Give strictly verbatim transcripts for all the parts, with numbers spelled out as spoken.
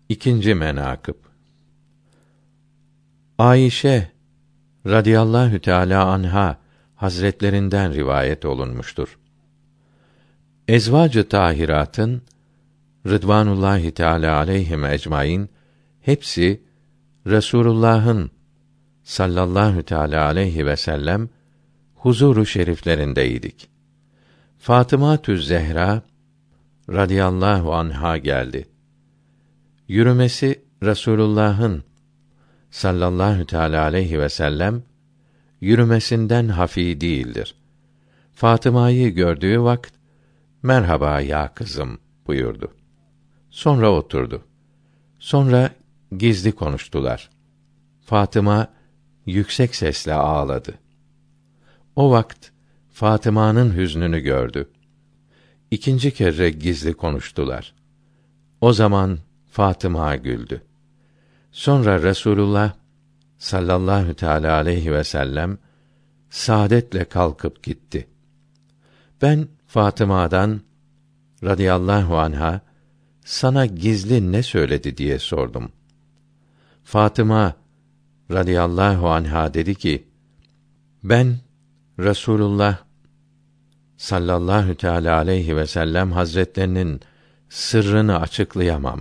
İkinci menakıb. Ayşe radıyallahu teâlâ anha hazretlerinden rivayet olunmuştur. Ezvâc-ı tahiratın Rıdvanullahi Teâlâ aleyhim ecmaîn hepsi Resulullah'ın sallallahu teâlâ aleyhi ve sellem huzuru şeriflerindeydik. Fatıma-tüz Zehra radıyallahu anha geldi. Yürümesi Resulullah'ın sallallahu teâlâ aleyhi ve sellem yürümesinden hafî değildir. Fatıma'yı gördüğü vakit "Merhaba ya kızım" buyurdu. Sonra oturdu. Sonra gizli konuştular. Fatıma yüksek sesle ağladı. O vakit Fatıma'nın hüznünü gördü. İkinci kere gizli konuştular. O zaman Fatıma güldü. Sonra Resulullah sallallahu teâlâ aleyhi ve sellem saadetle kalkıp gitti. Ben Fatıma'dan radıyallahu anha sana gizli ne söyledi diye sordum. Fatıma radıyallahu anha dedi ki, ben Resulullah sallallahu teâlâ aleyhi ve sellem hazretlerinin sırrını açıklayamam.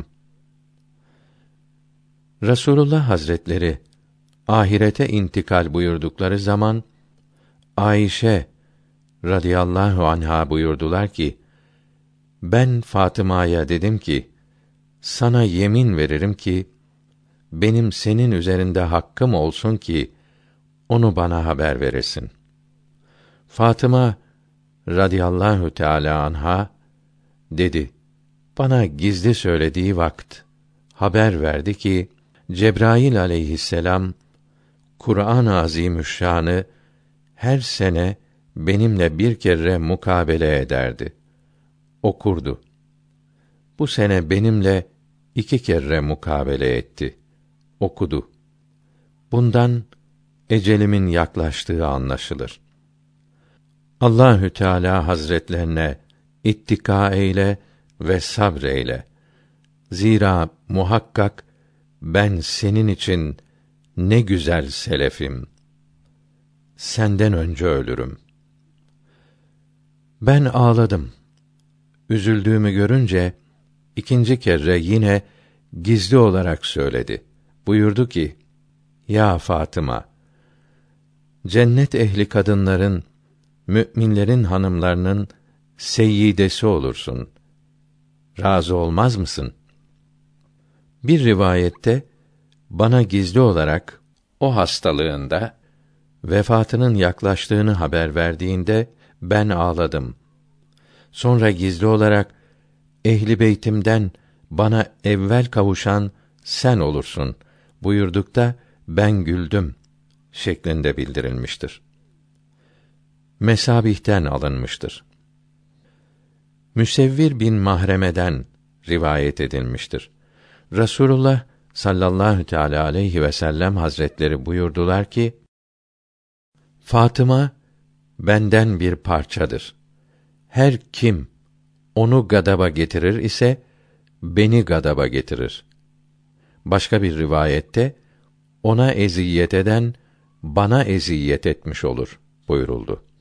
Resulullah Hazretleri ahirete intikal buyurdukları zaman Ayşe radıyallahu anha buyurdular ki, ben Fatıma'ya dedim ki, sana yemin veririm ki benim senin üzerinde hakkım olsun ki onu bana haber veresin. Fatıma radıyallahu teâlâ anha dedi, bana gizli söylediği vakit haber verdi ki Cebrail aleyhisselam Kur'an-ı Azimüşşan'ı her sene benimle bir kere mukabele ederdi. Okurdu. Bu sene benimle iki kere mukabele etti. Okudu. Bundan ecelimin yaklaştığı anlaşılır. Allahü Teala Hazretlerine ittika eyle ve sabreyle. Zira muhakkak ben senin için ne güzel selefim. Senden önce ölürüm. Ben ağladım. Üzüldüğümü görünce ikinci kere yine gizli olarak söyledi. Buyurdu ki, ya Fatıma, cennet ehli kadınların, müminlerin hanımlarının seyyidesi olursun. Razı olmaz mısın? Bir rivayette bana gizli olarak o hastalığında vefatının yaklaştığını haber verdiğinde ben ağladım. Sonra gizli olarak ehli beytimden bana evvel kavuşan sen olursun buyurdukta ben güldüm şeklinde bildirilmiştir. Mesabih'ten alınmıştır. Müsevvir bin Mahreme'den rivayet edilmiştir. Resulullah sallallahu teâlâ aleyhi ve sellem hazretleri buyurdular ki, Fatıma benden bir parçadır. Her kim onu gadaba getirir ise beni gadaba getirir. Başka bir rivayette ona eziyet eden bana eziyet etmiş olur buyuruldu.